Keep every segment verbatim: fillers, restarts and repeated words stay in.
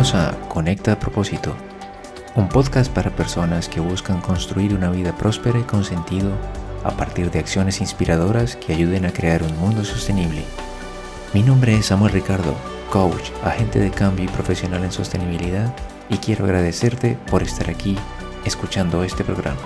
Bienvenidos a Conecta a Propósito, un podcast para personas que buscan construir una vida próspera y con sentido a partir de acciones inspiradoras que ayuden a crear un mundo sostenible. Mi nombre es Samuel Ricardo, coach, agente de cambio y profesional en sostenibilidad, y quiero agradecerte por estar aquí escuchando este programa.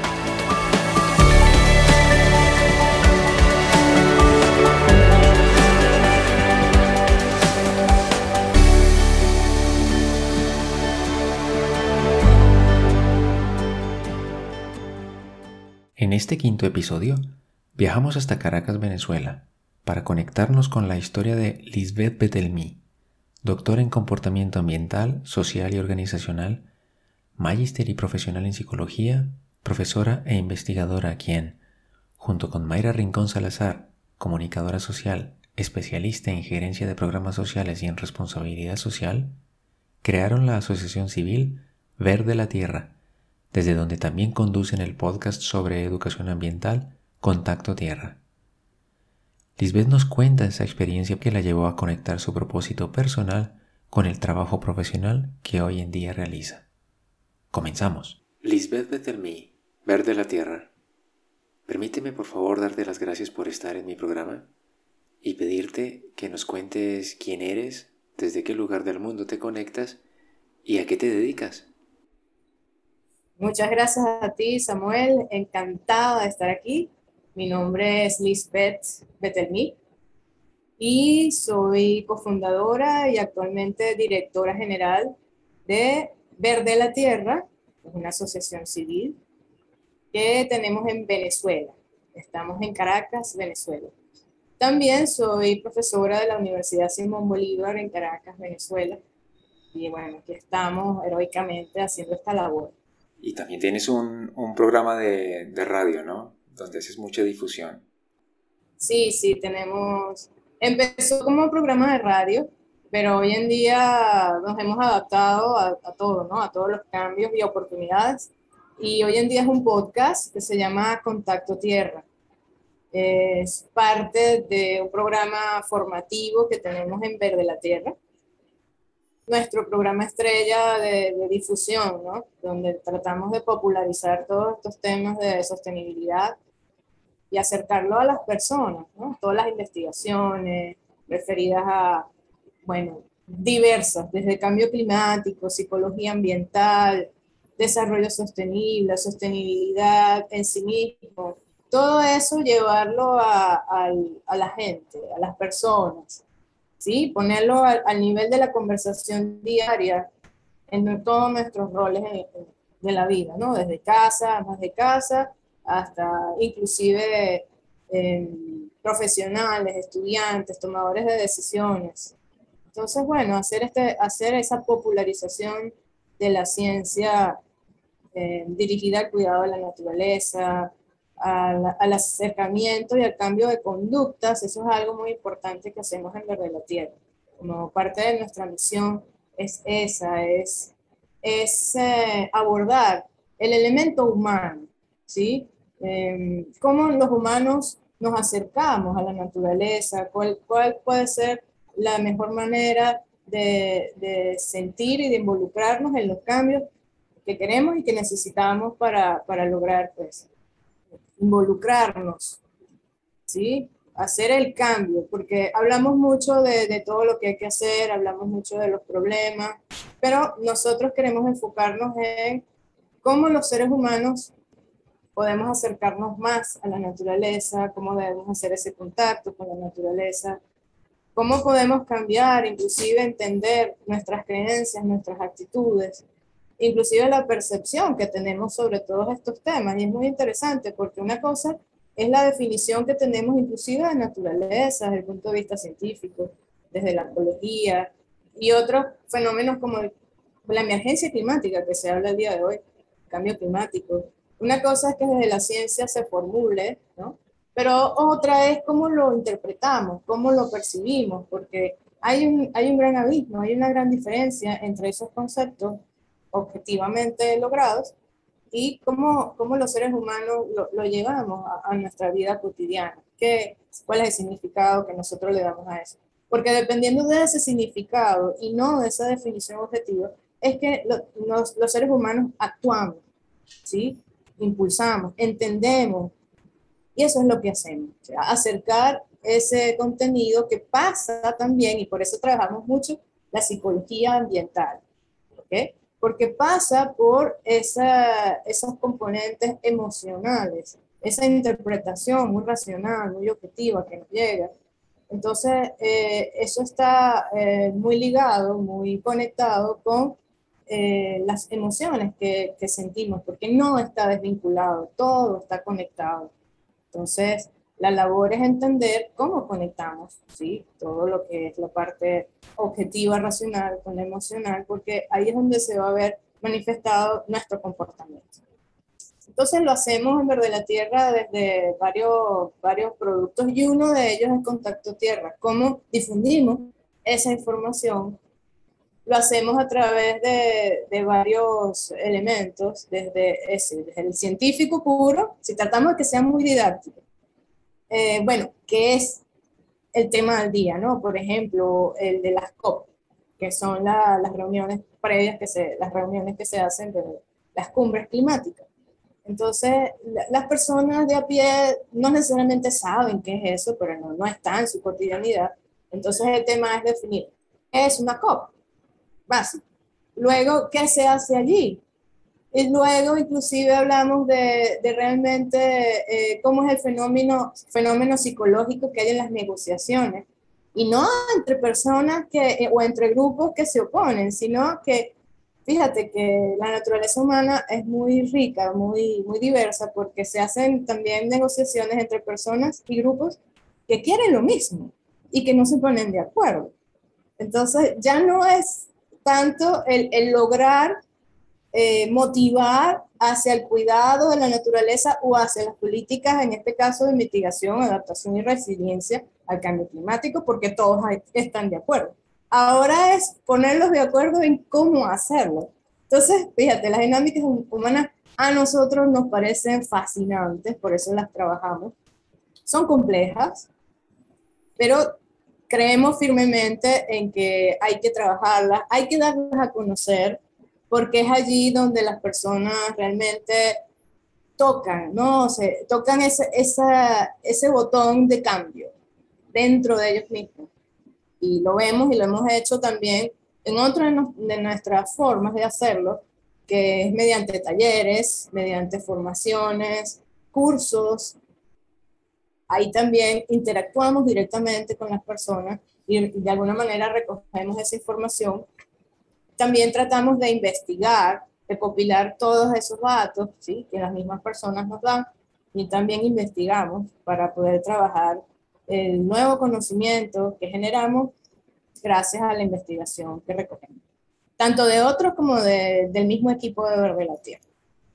En este quinto episodio, viajamos hasta Caracas, Venezuela, para conectarnos con la historia de Lisbeth Betelmy, doctora en comportamiento ambiental, social y organizacional, magíster y profesional en psicología, profesora e investigadora quien, junto con Mayra Rincón Salazar, comunicadora social, especialista en gerencia de programas sociales y en responsabilidad social, crearon la asociación civil Verde la Tierra, desde donde también conducen el podcast sobre educación ambiental Contacto Tierra. Lisbeth nos cuenta esa experiencia que la llevó a conectar su propósito personal con el trabajo profesional que hoy en día realiza. Comenzamos. Lisbeth Betelmy, Verde la Tierra. Permíteme por favor darte las gracias por estar en mi programa y pedirte que nos cuentes quién eres, desde qué lugar del mundo te conectas y a qué te dedicas. Muchas gracias a ti, Samuel. Encantada de estar aquí. Mi nombre es Lisbeth Betelmy y soy cofundadora y actualmente directora general de Verde la Tierra, una asociación civil que tenemos en Venezuela. Estamos en Caracas, Venezuela. También soy profesora de la Universidad Simón Bolívar en Caracas, Venezuela. Y bueno, aquí estamos heroicamente haciendo esta labor. Y también tienes un, un programa de, de radio, ¿no? Donde haces mucha difusión. Sí, sí, tenemos... Empezó como un programa de radio, pero hoy en día nos hemos adaptado a, a todo, ¿no? A todos los cambios y oportunidades. Y hoy en día es un podcast que se llama Contacto Tierra. Es parte de un programa formativo que tenemos en Verde la Tierra. Nuestro programa estrella de, de difusión, ¿no? Donde tratamos de popularizar todos estos temas de sostenibilidad y acercarlo a las personas, ¿no? Todas las investigaciones referidas a, bueno, diversas, desde cambio climático, psicología ambiental, desarrollo sostenible, sostenibilidad en sí mismo, todo eso llevarlo a, a, a la gente, a las personas, ¿sí? Ponerlo al, al nivel de la conversación diaria en todos nuestros roles en, de la vida, ¿no? Desde casa, más de casa, hasta inclusive eh, profesionales, estudiantes, tomadores de decisiones. Entonces, bueno, hacer, este, hacer esa popularización de la ciencia eh, dirigida al cuidado de la naturaleza, al, al acercamiento y al cambio de conductas, eso es algo muy importante que hacemos en Verde la Tierra. Como parte de nuestra misión es esa, es, es eh, abordar el elemento humano, ¿sí? Eh, cómo los humanos nos acercamos a la naturaleza, cuál, cuál puede ser la mejor manera de, de sentir y de involucrarnos en los cambios que queremos y que necesitamos para, para lograr, pues, involucrarnos, ¿sí? Hacer el cambio, porque hablamos mucho de, de todo lo que hay que hacer, hablamos mucho de los problemas, pero nosotros queremos enfocarnos en cómo los seres humanos podemos acercarnos más a la naturaleza, cómo debemos hacer ese contacto con la naturaleza, cómo podemos cambiar, inclusive entender nuestras creencias, nuestras actitudes, inclusive la percepción que tenemos sobre todos estos temas. Y es muy interesante porque una cosa es la definición que tenemos inclusive de naturaleza desde el punto de vista científico, desde la ecología y otros fenómenos como la emergencia climática que se habla el día de hoy, cambio climático. Una cosa es que desde la ciencia se formule, ¿no? Pero otra es cómo lo interpretamos, cómo lo percibimos, porque hay un, hay un gran abismo, hay una gran diferencia entre esos conceptos objetivamente logrados y cómo, cómo los seres humanos lo, lo llevamos a, a nuestra vida cotidiana. ¿Qué, ¿Cuál es el significado que nosotros le damos a eso? Porque dependiendo de ese significado y no de esa definición objetiva, es que lo, los, los seres humanos actuamos, ¿sí? Impulsamos, entendemos, y eso es lo que hacemos, o sea, acercar ese contenido que pasa también, y por eso trabajamos mucho la psicología ambiental, ¿ok? Porque pasa por esa, esos componentes emocionales, esa interpretación muy racional, muy objetiva que nos llega. Entonces, eh, eso está eh, muy ligado, muy conectado con eh, las emociones que, que sentimos, porque no está desvinculado, todo está conectado. Entonces, la labor es entender cómo conectamos, ¿sí? Todo lo que es la parte objetiva, racional, con la emocional, porque ahí es donde se va a ver manifestado nuestro comportamiento. Entonces lo hacemos en Verde la Tierra desde varios, varios productos y uno de ellos es Contacto Tierra. ¿Cómo difundimos esa información? Lo hacemos a través de, de varios elementos, desde, ese, desde el científico puro, si tratamos de que sea muy didáctico. Eh, bueno, ¿qué es el tema del día, ¿no? Por ejemplo, el de las COP, que son la, las reuniones previas, que se, las reuniones que se hacen de las cumbres climáticas. Entonces, la, las personas de a pie no necesariamente saben qué es eso, pero no, no está en su cotidianidad. Entonces, el tema es definir qué es una COP, básico. Luego, ¿qué se hace allí? Y luego, inclusive, hablamos de, de realmente eh, cómo es el fenómeno, fenómeno psicológico que hay en las negociaciones. Y no entre personas que, eh, o entre grupos que se oponen, sino que, fíjate que la naturaleza humana es muy rica, muy, muy diversa, porque se hacen también negociaciones entre personas y grupos que quieren lo mismo y que no se ponen de acuerdo. Entonces, ya no es tanto el, el lograr eh, motivar hacia el cuidado de la naturaleza o hacia las políticas, en este caso de mitigación, adaptación y resiliencia al cambio climático, porque todos están de acuerdo. Ahora es ponerlos de acuerdo en cómo hacerlo. Entonces, fíjate, las dinámicas humanas a nosotros nos parecen fascinantes, por eso las trabajamos. Son complejas, pero creemos firmemente en que hay que trabajarlas, hay que darlas a conocer, porque es allí donde las personas realmente tocan, ¿no? O sea, tocan ese, esa, ese botón de cambio dentro de ellos mismos. Y lo vemos y lo hemos hecho también en otra de nuestras formas de hacerlo, que es mediante talleres, mediante formaciones, cursos. Ahí también interactuamos directamente con las personas y de alguna manera recogemos esa información. También tratamos de investigar, recopilar todos esos datos, ¿sí?, que las mismas personas nos dan, y también investigamos para poder trabajar el nuevo conocimiento que generamos gracias a la investigación que recogemos, tanto de otros como de, del mismo equipo de Verde la Tierra.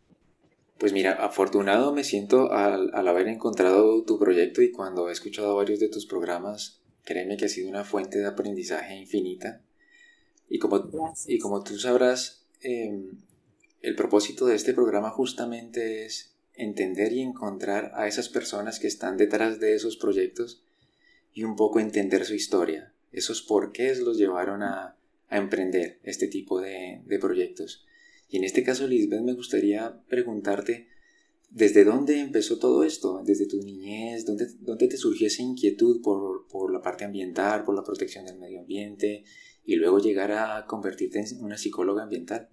Pues mira, afortunado me siento al, al haber encontrado tu proyecto, y cuando he escuchado varios de tus programas, créeme que ha sido una fuente de aprendizaje infinita. Y como, y como tú sabrás, eh, el propósito de este programa justamente es entender y encontrar a esas personas que están detrás de esos proyectos y un poco entender su historia, esos porqués los llevaron a, a emprender este tipo de, de proyectos. Y en este caso, Lisbeth, me gustaría preguntarte, ¿desde dónde empezó todo esto? ¿Desde tu niñez? ¿Dónde, dónde te surgió esa inquietud por, por la parte ambiental, por la protección del medio ambiente, y luego llegar a convertirte en una psicóloga ambiental?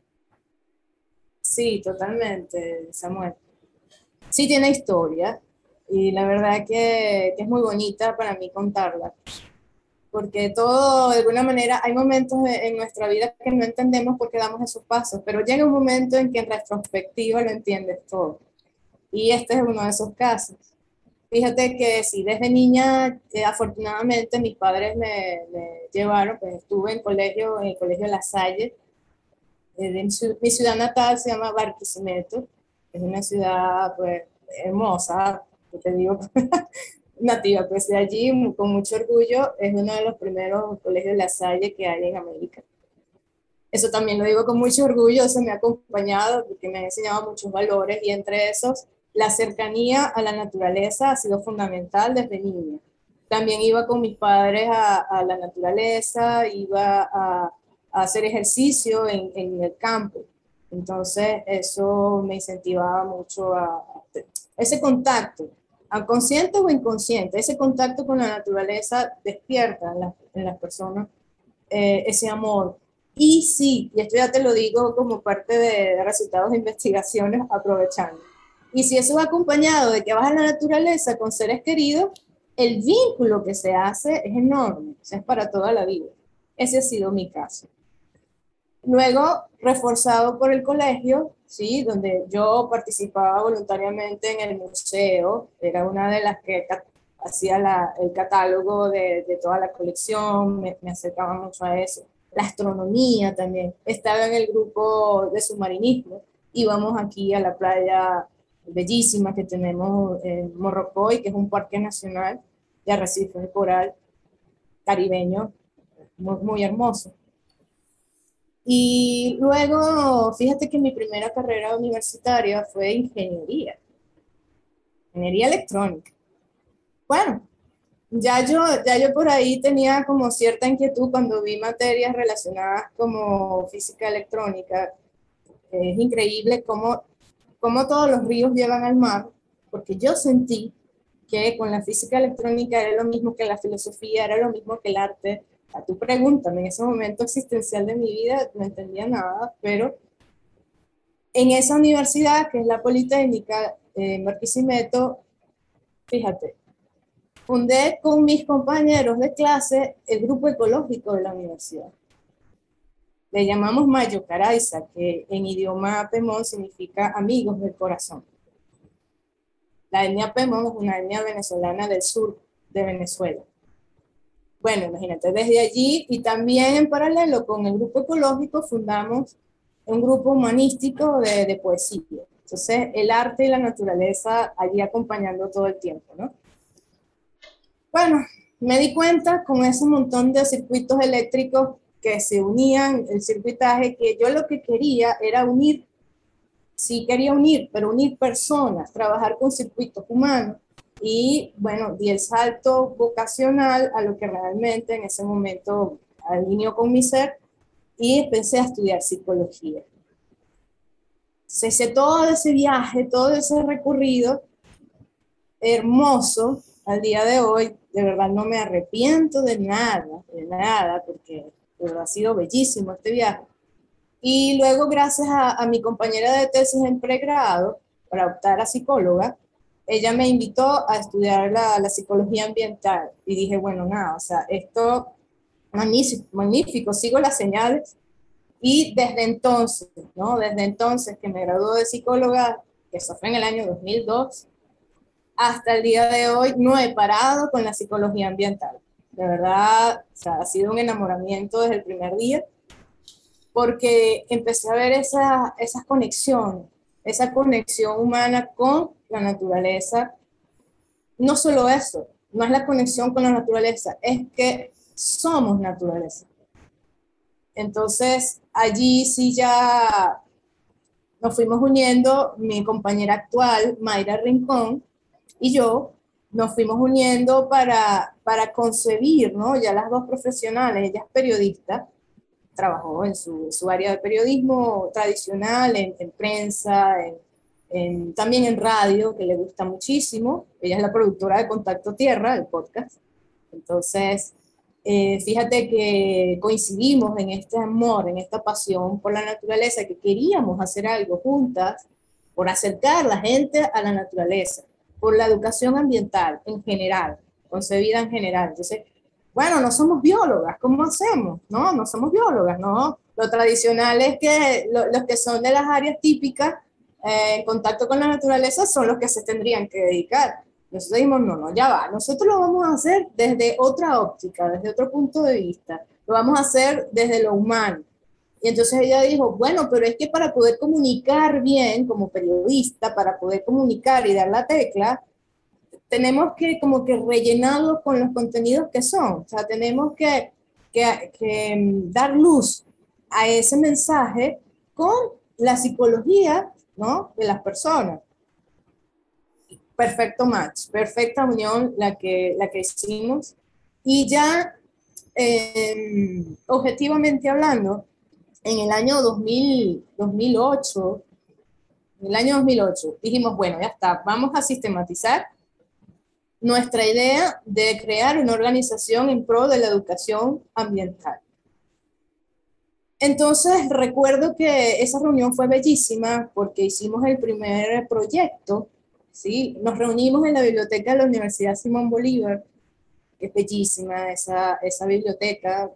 Sí, totalmente, Samuel. Sí tiene historia, y la verdad que, que es muy bonita para mí contarla, porque todo, de alguna manera, hay momentos en nuestra vida que no entendemos por qué damos esos pasos, pero llega un momento en que en retrospectiva lo entiendes todo. Y este es uno de esos casos. Fíjate que sí, desde niña, eh, afortunadamente, mis padres me, me llevaron, pues estuve en colegio, en el colegio La Salle. Eh, de mi, mi ciudad natal se llama Barquisimeto, es una ciudad, pues, hermosa, que te digo, nativa, pues de allí, con mucho orgullo, es uno de los primeros colegios La Salle que hay en América. Eso también lo digo con mucho orgullo, eso me ha acompañado porque me ha enseñado muchos valores, y entre esos, la cercanía a la naturaleza ha sido fundamental desde niña. También iba con mis padres a, a la naturaleza, iba a, a hacer ejercicio en, en, el campo. Entonces, eso me incentivaba mucho a, a ese contacto, a consciente o inconsciente, ese contacto con la naturaleza despierta en, la, en las personas eh, ese amor. Y sí, y esto ya te lo digo como parte de resultados de investigaciones, aprovechando. Y si eso va acompañado de que vas a la naturaleza con seres queridos, el vínculo que se hace es enorme, o sea, es para toda la vida. Ese ha sido mi caso. Luego, reforzado por el colegio, ¿sí? Donde yo participaba voluntariamente en el museo, era una de las que hacía la, el catálogo de, de, toda la colección, me, me acercaba mucho a eso. La astronomía también. Estaba en el grupo de submarinismo, íbamos aquí a la playa bellísima que tenemos en Morrocoy, que es un parque nacional de arrecifes de coral caribeño, muy, muy hermoso. Y luego, fíjate que mi primera carrera universitaria fue ingeniería, ingeniería electrónica. Bueno, ya yo, ya yo por ahí tenía como cierta inquietud cuando vi materias relacionadas como física electrónica. Es increíble cómo, cómo todos los ríos llevan al mar, porque yo sentí que con la física electrónica era lo mismo que la filosofía, era lo mismo que el arte. A tu pregunta, en ese momento existencial de mi vida no entendía nada, pero en esa universidad, que es la Politécnica en Barquisimeto, fíjate, fundé con mis compañeros de clase el grupo ecológico de la universidad. Le llamamos Mayo Caraiza, que en idioma pemón significa amigos del corazón. La etnia pemón es una etnia venezolana del sur de Venezuela. Bueno, imagínate, desde allí y también en paralelo con el grupo ecológico fundamos un grupo humanístico de, de poesía. Entonces, el arte y la naturaleza allí acompañando todo el tiempo, ¿no? Bueno, me di cuenta con ese montón de circuitos eléctricos que se unían, el circuitaje, que yo lo que quería era unir, sí quería unir, pero unir personas, trabajar con circuitos humanos. Y bueno, di el salto vocacional a lo que realmente en ese momento alineó con mi ser y empecé a estudiar psicología. Se hice todo ese viaje, todo ese recorrido hermoso al día de hoy. De verdad no me arrepiento de nada, de nada, porque de verdad ha sido bellísimo este viaje. Y luego, gracias a, a mi compañera de tesis en pregrado, para optar a psicóloga, ella me invitó a estudiar la, la psicología ambiental. Y dije, bueno, nada, o sea, esto magnífico, magnífico, sigo las señales. Y desde entonces, ¿no? Desde entonces que me graduó de psicóloga, que eso fue en el año dos mil dos, hasta el día de hoy no he parado con la psicología ambiental. De verdad, o sea, ha sido un enamoramiento desde el primer día, porque empecé a ver esa, esa conexión, esa conexión humana con la naturaleza. No solo eso, no es la conexión con la naturaleza, es que somos naturaleza. Entonces, allí sí ya nos fuimos uniendo, mi compañera actual, Mayra Rincón, y yo, nos fuimos uniendo para, para concebir, ¿no? Ya las dos profesionales, ella es periodista, trabajó en su, su área de periodismo tradicional, en, en prensa, en, en, también en radio, que le gusta muchísimo. Ella es la productora de Contacto Tierra, el podcast. Entonces, eh, fíjate que coincidimos en este amor, en esta pasión por la naturaleza, que queríamos hacer algo juntas por acercar a la gente a la naturaleza, por la educación ambiental en general, concebida en general. Entonces, bueno, no somos biólogas, ¿cómo hacemos? No, no somos biólogas, no. Lo tradicional es que lo, los que son de las áreas típicas eh, en contacto con la naturaleza son los que se tendrían que dedicar. Nosotros dijimos, no, no, ya va, nosotros lo vamos a hacer desde otra óptica, desde otro punto de vista, lo vamos a hacer desde lo humano. Y entonces ella dijo, bueno, pero es que para poder comunicar bien como periodista, para poder comunicar y dar la tecla, tenemos que como que rellenarlo con los contenidos que son, o sea, tenemos que, que, que dar luz a ese mensaje con la psicología, ¿no? De las personas. perfecto match, perfecta unión la que, la que hicimos. Y ya, eh, objetivamente hablando, en el año dos mil, dos mil ocho, en el año dos mil ocho, dijimos, bueno, ya está, vamos a sistematizar nuestra idea de crear una organización en pro de la educación ambiental. Entonces recuerdo que esa reunión fue bellísima porque hicimos el primer proyecto, ¿sí? Nos reunimos en la biblioteca de la Universidad Simón Bolívar, que es bellísima esa, esa biblioteca,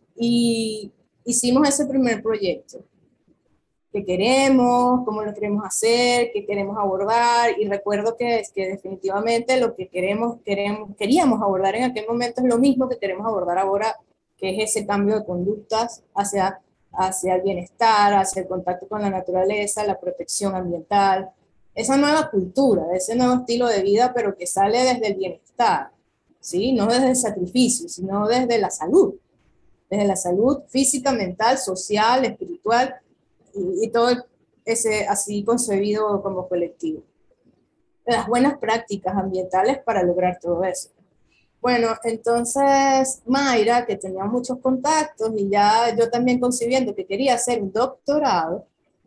y hicimos ese primer proyecto. ¿Qué queremos? ¿Cómo lo queremos hacer? ¿Qué queremos abordar? Y recuerdo que, que definitivamente lo que queremos, queremos, queríamos abordar en aquel momento es lo mismo que queremos abordar ahora, que es ese cambio de conductas hacia, hacia el bienestar, hacia el contacto con la naturaleza, la protección ambiental, esa nueva cultura, ese nuevo estilo de vida, pero que sale desde el bienestar, ¿sí? No desde el sacrificio, sino desde la salud, desde la salud física, mental, social, espiritual, y, y todo ese así concebido como colectivo. Las buenas prácticas ambientales para lograr todo eso. Bueno, entonces Mayra, que tenía muchos contactos y ya yo también concibiendo que quería hacer un doctorado,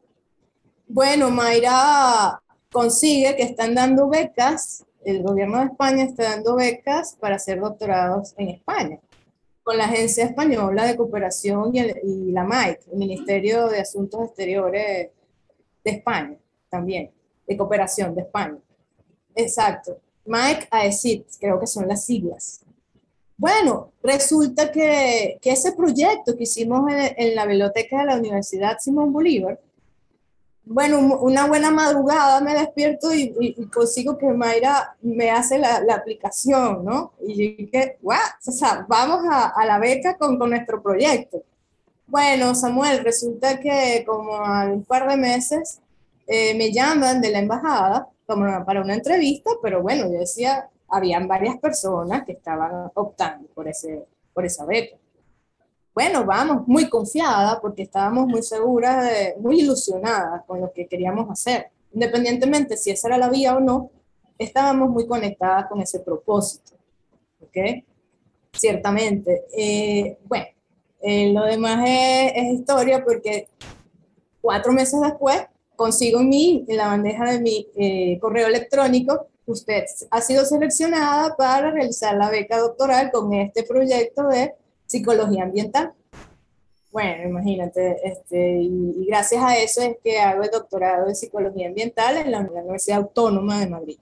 bueno, Mayra consigue que están dando becas, el gobierno de España está dando becas para hacer doctorados en España, con la Agencia Española de Cooperación y, el, y la M A E C, el Ministerio de Asuntos Exteriores de España, también, de Cooperación de España. Exacto. M A E C, A E C I D, creo que son las siglas. Bueno, resulta que, que ese proyecto que hicimos en, en la biblioteca de la Universidad Simón Bolívar, bueno, una buena madrugada me despierto y, y, y consigo que Mayra me hace la, la aplicación, ¿no? Y yo dije, ¿what? O sea, vamos a, a la beca con, con nuestro proyecto. Bueno, Samuel, resulta que como a un par de meses eh, me llaman de la embajada como para una entrevista, pero bueno, yo decía, habían varias personas que estaban optando por, ese, por esa beca. Bueno, vamos, muy confiada porque estábamos muy seguras, de, muy ilusionadas con lo que queríamos hacer. Independientemente si esa era la vía o no, estábamos muy conectadas con ese propósito. ¿Ok? Ciertamente. Eh, bueno, eh, lo demás es, es historia porque cuatro meses después consigo en, mí, en la bandeja de mi eh, correo electrónico, usted ha sido seleccionada para realizar la beca doctoral con este proyecto de psicología ambiental. Bueno, imagínate, este, y, y gracias a eso es que hago el doctorado en psicología ambiental en la, en la Universidad Autónoma de Madrid.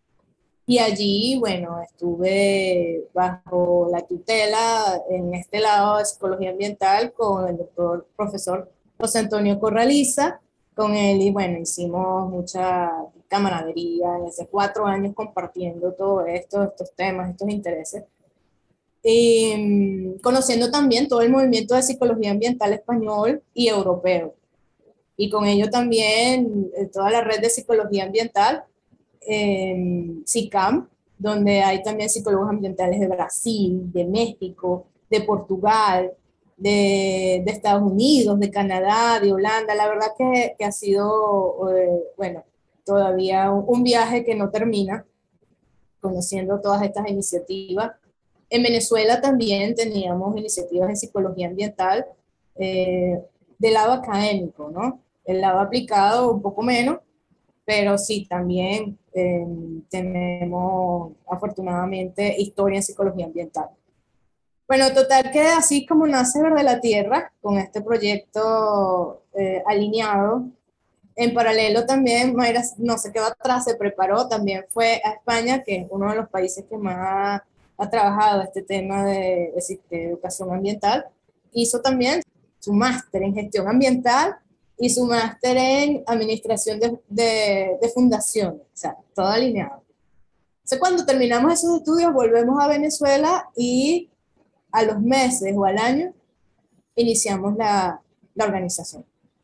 Y allí, bueno, estuve bajo la tutela en este lado de psicología ambiental con el doctor profesor José Antonio Corraliza. Con él, y bueno, hicimos mucha camaradería en esos cuatro años compartiendo todo esto, estos temas, estos intereses. Y conociendo también todo el movimiento de psicología ambiental español y europeo. Y con ello también toda la red de psicología ambiental, eh, SICAM, donde hay también psicólogos ambientales de Brasil, de México, de Portugal, de, de Estados Unidos, de Canadá, de Holanda. La verdad que, que ha sido, eh, bueno, todavía un, un viaje que no termina, conociendo todas estas iniciativas. En Venezuela también teníamos iniciativas de psicología ambiental eh, del lado académico, ¿no? El lado aplicado un poco menos, pero sí, también eh, tenemos afortunadamente historia en psicología ambiental. Bueno, total que así como nace Verde la Tierra, con este proyecto eh, alineado, en paralelo también Mayra no se quedó atrás, se preparó, también fue a España, que es uno de los países que más ha, ha trabajado este tema de, de, de educación ambiental. Hizo también su máster en gestión ambiental y su máster en administración de, de, de fundaciones, o sea, todo alineado. Entonces, cuando terminamos esos estudios, volvemos a Venezuela y a los meses o al año iniciamos la, la organización.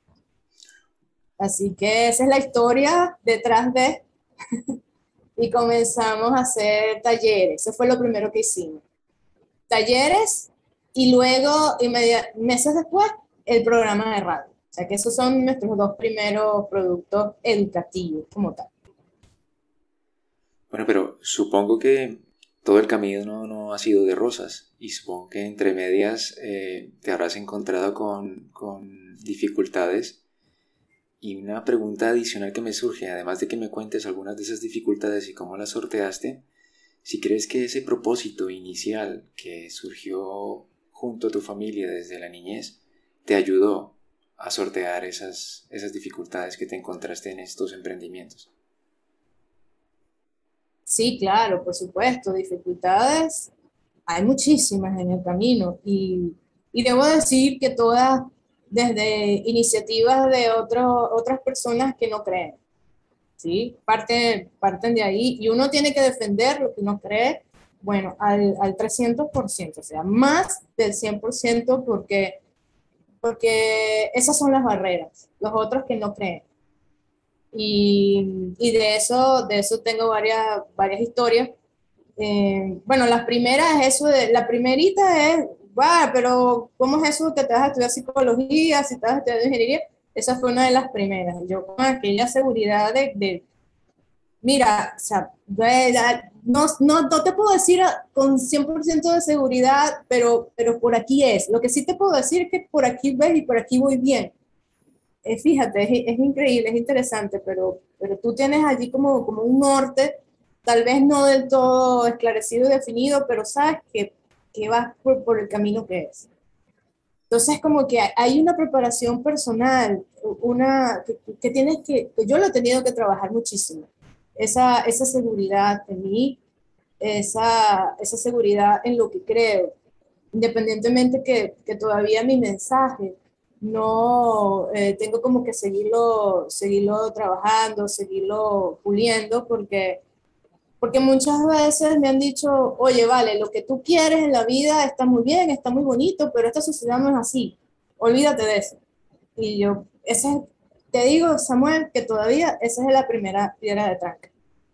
Así que esa es la historia detrás de, y comenzamos a hacer talleres, eso fue lo primero que hicimos. Talleres y luego, meses después, el programa de radio. O sea que esos son nuestros dos primeros productos educativos como tal. Bueno, pero supongo que todo el camino no, no ha sido de rosas y supongo que entre medias eh, te habrás encontrado con, con dificultades. Y una pregunta adicional que me surge, además de que me cuentes algunas de esas dificultades y cómo las sorteaste, si crees que ese propósito inicial que surgió junto a tu familia desde la niñez te ayudó a sortear esas, esas dificultades que te encontraste en estos emprendimientos. Sí, claro, por supuesto, dificultades hay muchísimas en el camino y, y debo decir que todas desde iniciativas de otro- otras personas que no creen, ¿sí? Parten, parten de ahí y uno tiene que defender lo que uno cree, bueno, al, al trescientos por ciento, o sea, más del cien por ciento porque, porque esas son las barreras, los otros que no creen. Y, y de eso, de eso tengo varias, varias historias. Eh, bueno, la primera es eso de, la primerita es, va, pero ¿cómo es eso que te vas a estudiar psicología, si te vas a estudiar ingeniería? Esa fue una de las primeras. Yo con aquella seguridad de, de mira, o sea, no, no, no te puedo decir con cien por ciento de seguridad, pero, pero por aquí es. Lo que sí te puedo decir es que por aquí ves y por aquí voy bien. Eh, fíjate, es, es, increíble, es interesante, pero, pero tú tienes allí como, como un norte, tal vez no del todo esclarecido y definido, pero sabes que, que vas por, por el camino que es. Entonces, como que hay una preparación personal, una que, que tienes que, que yo lo he tenido que trabajar muchísimo. Esa, esa seguridad en mí, esa, esa seguridad en lo que creo, independientemente que, que todavía mi mensaje no eh, tengo como que seguirlo, seguirlo trabajando, seguirlo puliendo, porque porque muchas veces me han dicho, oye, vale, lo que tú quieres en la vida está muy bien, está muy bonito, pero esta sociedad no es así. Olvídate de eso. Y yo, ese es- te digo, Samuel, que todavía esa es la primera piedra de tranca.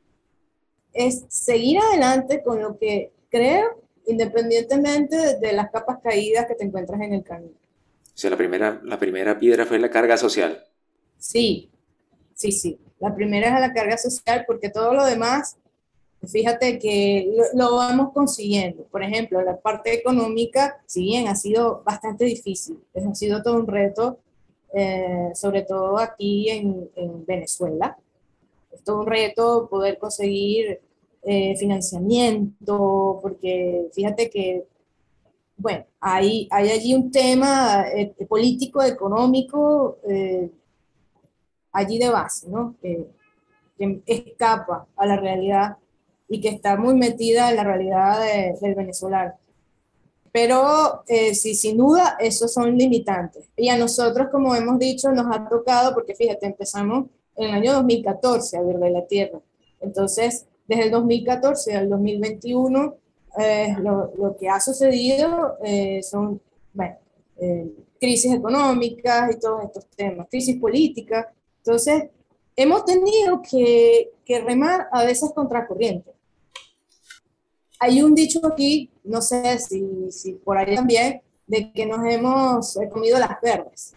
Es seguir adelante con lo que creo, independientemente de, de las capas caídas que te encuentras en el camino. O sea, la primera, la primera piedra fue la carga social. Sí, sí, sí. La primera es la carga social porque todo lo demás, fíjate que lo, lo vamos consiguiendo. Por ejemplo, la parte económica, si bien ha sido bastante difícil, ha sido todo un reto, eh, sobre todo aquí en, en Venezuela. Es todo un reto poder conseguir eh, financiamiento, porque fíjate que, bueno, hay, hay allí un tema eh, político, económico, eh, allí de base, ¿no? Que, que escapa a la realidad y que está muy metida en la realidad de, del venezolano. Pero eh, sí, sin duda, esos son limitantes. Y a nosotros, como hemos dicho, nos ha tocado, porque fíjate, empezamos en el año dos mil catorce a ver de la Tierra. Entonces, desde el dos mil catorce al dos mil veintiuno, eh, lo, lo, que ha sucedido eh, son, bueno, eh, crisis económicas y todos estos temas, crisis políticas. Entonces, hemos tenido que, que remar a veces contracorriente. Hay un dicho aquí, no sé si, si por ahí también, de que nos hemos comido las verdes.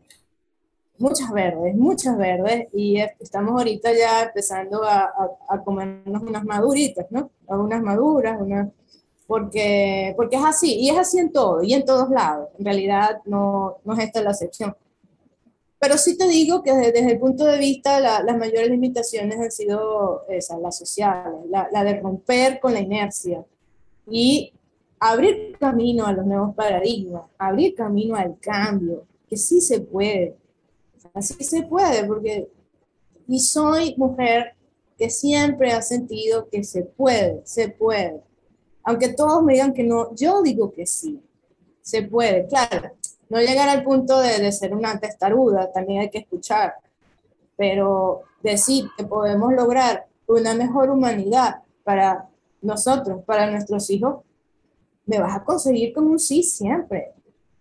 Muchas verdes, muchas verdes, y estamos ahorita ya empezando a, a, a comernos unas maduritas, ¿no? Unas maduras, unas, porque, porque es así, y es así en todo, y en todos lados. En realidad no, no es esta la excepción. Pero sí te digo que desde, desde el punto de vista, la, las mayores limitaciones han sido esas, las sociales, la, la de romper con la inercia, y abrir camino a los nuevos paradigmas, abrir camino al cambio, que sí se puede, así se puede, porque y soy mujer que siempre ha sentido que se puede, se puede. Aunque todos me digan que no, yo digo que sí, se puede, claro. No llegar al punto de, de ser una testaruda, también hay que escuchar, pero decir que podemos lograr una mejor humanidad para nosotros, para nuestros hijos, me vas a conseguir con un sí siempre.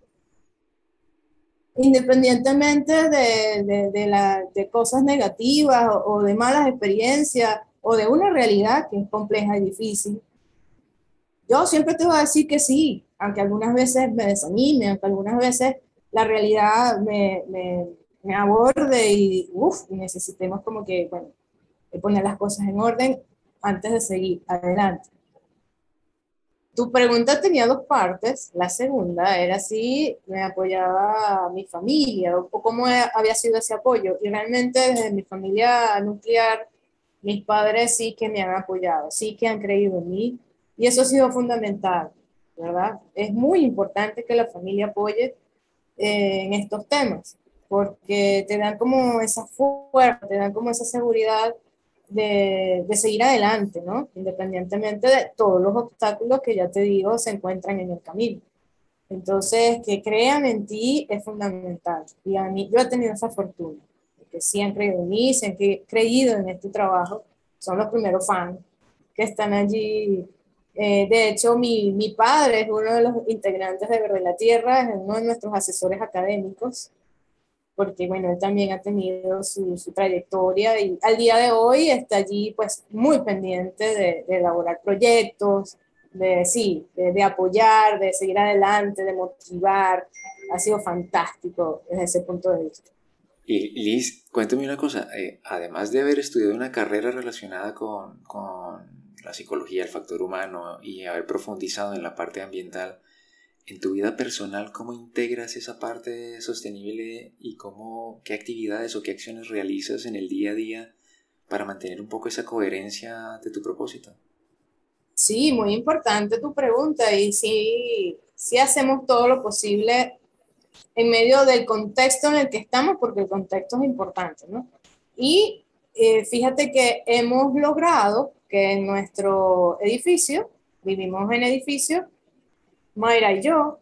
Independientemente de, de, de, la, de cosas negativas o, o de malas experiencias o de una realidad que es compleja y difícil, yo siempre te voy a decir que sí, aunque algunas veces me desanime, aunque algunas veces la realidad me, me, me aborde y uf, necesitemos como que, bueno, poner las cosas en orden. antes de seguir adelante. Tu pregunta tenía dos partes. La segunda era si me apoyaba mi familia o, o cómo había sido ese apoyo. Y realmente desde mi familia nuclear, mis padres sí que me han apoyado, sí que han creído en mí. Y eso ha sido fundamental, ¿verdad? Es muy importante que la familia apoye eh, en estos temas, porque te dan como esa fuerza, te dan como esa seguridad de, de seguir adelante, ¿no? Independientemente de todos los obstáculos que ya te digo se encuentran en el camino. Entonces, que crean en ti es fundamental. Y a mí, yo he tenido esa fortuna, que sí han creído en mí, se han creído en este trabajo, son los primeros fans que están allí. Eh, de hecho, mi, mi padre es uno de los integrantes de Verde la Tierra, es uno de nuestros asesores académicos, porque bueno, él también ha tenido su, su trayectoria y al día de hoy está allí pues muy pendiente de, de elaborar proyectos, de sí, de, de apoyar, de seguir adelante, de motivar. Ha sido fantástico desde ese punto de vista. Y Liz, cuéntame una cosa, eh, además de haber estudiado una carrera relacionada con, con la psicología, el factor humano y haber profundizado en la parte ambiental, en tu vida personal, ¿cómo integras esa parte sostenible y cómo, qué actividades o qué acciones realizas en el día a día para mantener un poco esa coherencia de tu propósito? Sí, muy importante tu pregunta y sí, sí hacemos todo lo posible en medio del contexto en el que estamos, porque el contexto es importante, ¿no? Y eh, fíjate que hemos logrado que en nuestro edificio, vivimos en edificio, Mayra y yo,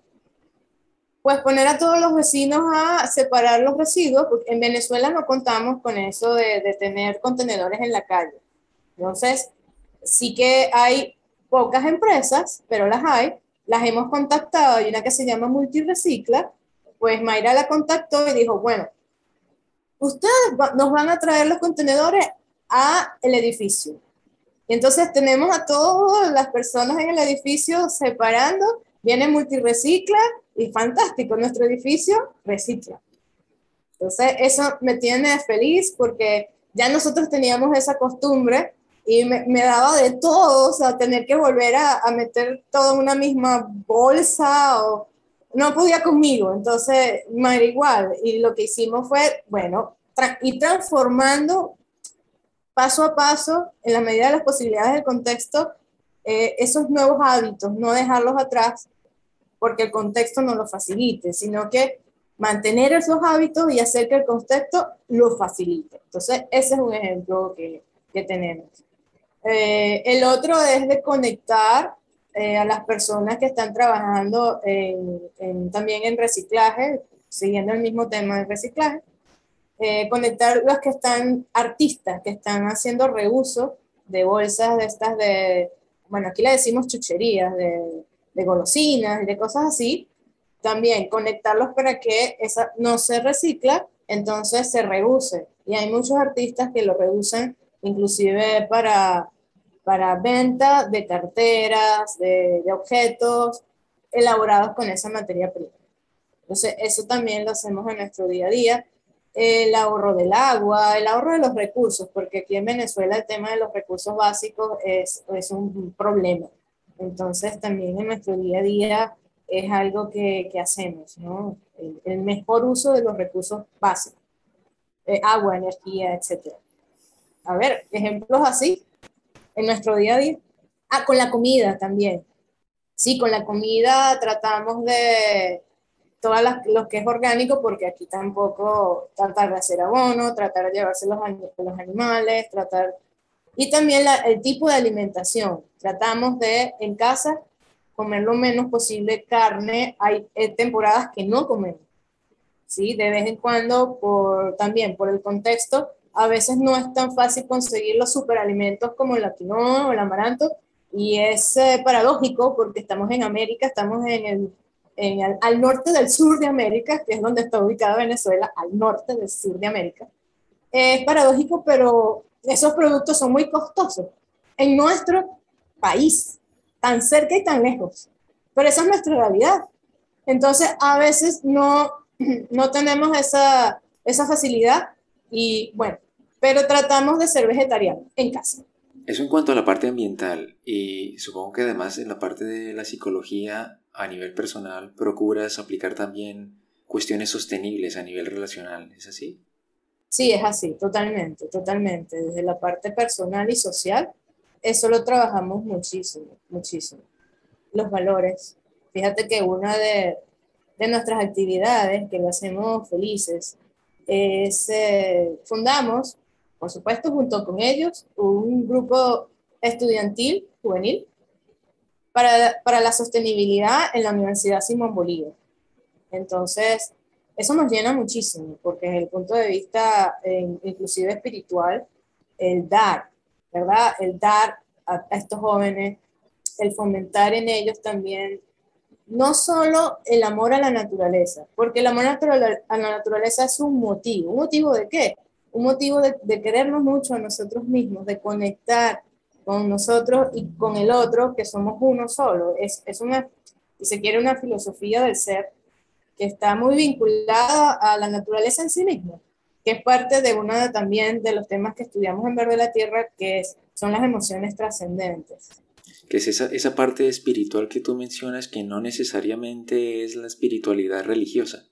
pues poner a todos los vecinos a separar los residuos, porque en Venezuela no contamos con eso de, de tener contenedores en la calle. Entonces, sí que hay pocas empresas, pero las hay, las hemos contactado, hay una que se llama Multirecicla, pues Mayra la contactó y dijo, bueno, ustedes nos van a traer los contenedores a el edificio. Y entonces tenemos a todas las personas en el edificio separando, viene Multirecicla y fantástico, nuestro edificio recicla. Entonces eso me tiene feliz porque ya nosotros teníamos esa costumbre y me, me daba de todo, o sea, tener que volver a, a meter todo en una misma bolsa o no podía conmigo, entonces me era igual. Y lo que hicimos fue, bueno, tra ir transformando paso a paso, en la medida de las posibilidades del contexto, eh, esos nuevos hábitos, no dejarlos atrás porque el contexto no lo facilite, sino que mantener esos hábitos y hacer que el contexto lo facilite. Entonces, ese es un ejemplo que, que tenemos. Eh, el otro es de conectar eh, a las personas que están trabajando en, en, también en reciclaje, siguiendo el mismo tema de reciclaje, eh, conectar los que están artistas, que están haciendo reuso de bolsas de estas de, bueno, aquí le decimos chucherías, de, de golosinas y de cosas así, también conectarlos para que esa no se recicla, entonces se reuse. Y hay muchos artistas que lo reusan, inclusive para, para venta de carteras, de, de objetos elaborados con esa materia prima. Entonces, eso también lo hacemos en nuestro día a día. El ahorro del agua, el ahorro de los recursos, porque aquí en Venezuela el tema de los recursos básicos es, es un problema. Entonces, también en nuestro día a día es algo que, que hacemos, ¿no? El, el mejor uso de los recursos básicos, eh, agua, energía, etcétera. A ver, ejemplos así en nuestro día a día. Ah, con la comida también. Sí, con la comida tratamos de todo lo que es orgánico, porque aquí tampoco tratar de hacer abono, tratar de llevarse los, los animales, tratar... Y también la, el tipo de alimentación. Tratamos de, en casa, comer lo menos posible carne. Hay temporadas que no comemos, ¿sí? De vez en cuando, por, también por el contexto, a veces no es tan fácil conseguir los superalimentos como el quinoa o el amaranto, y es eh, paradójico porque estamos en América, estamos en el, en el, al norte del sur de América, que es donde está ubicada Venezuela, al norte del sur de América. Es paradójico, pero esos productos son muy costosos en nuestro país, tan cerca y tan lejos. Pero esa es nuestra realidad. Entonces, a veces no, no tenemos esa, esa facilidad y bueno, pero tratamos de ser vegetarianos en casa. Eso en cuanto a la parte ambiental, y supongo que además en la parte de la psicología a nivel personal procuras aplicar también cuestiones sostenibles a nivel relacional, ¿es así? Sí, es así, totalmente, totalmente. Desde la parte personal y social, eso lo trabajamos muchísimo, muchísimo. Los valores. Fíjate que una de, de nuestras actividades que lo hacemos felices es, eh, fundamos, por supuesto, junto con ellos, un grupo estudiantil, juvenil, para, para la sostenibilidad en la Universidad Simón Bolívar. Entonces, eso nos llena muchísimo, porque desde el punto de vista eh, inclusive espiritual, el dar, ¿verdad? El dar a, a estos jóvenes, el fomentar en ellos también no solo el amor a la naturaleza, porque el amor natural, a la naturaleza es un motivo. ¿Un motivo de qué? Un motivo de, de querernos mucho a nosotros mismos, de conectar con nosotros y con el otro, que somos uno solo. Es, es una, si se quiere, una filosofía del ser que está muy vinculada a la naturaleza en sí misma, que es parte de uno de, también de los temas que estudiamos en Verde la Tierra, que es, son las emociones trascendentes. Que es esa, esa parte espiritual que tú mencionas que no necesariamente es la espiritualidad religiosa.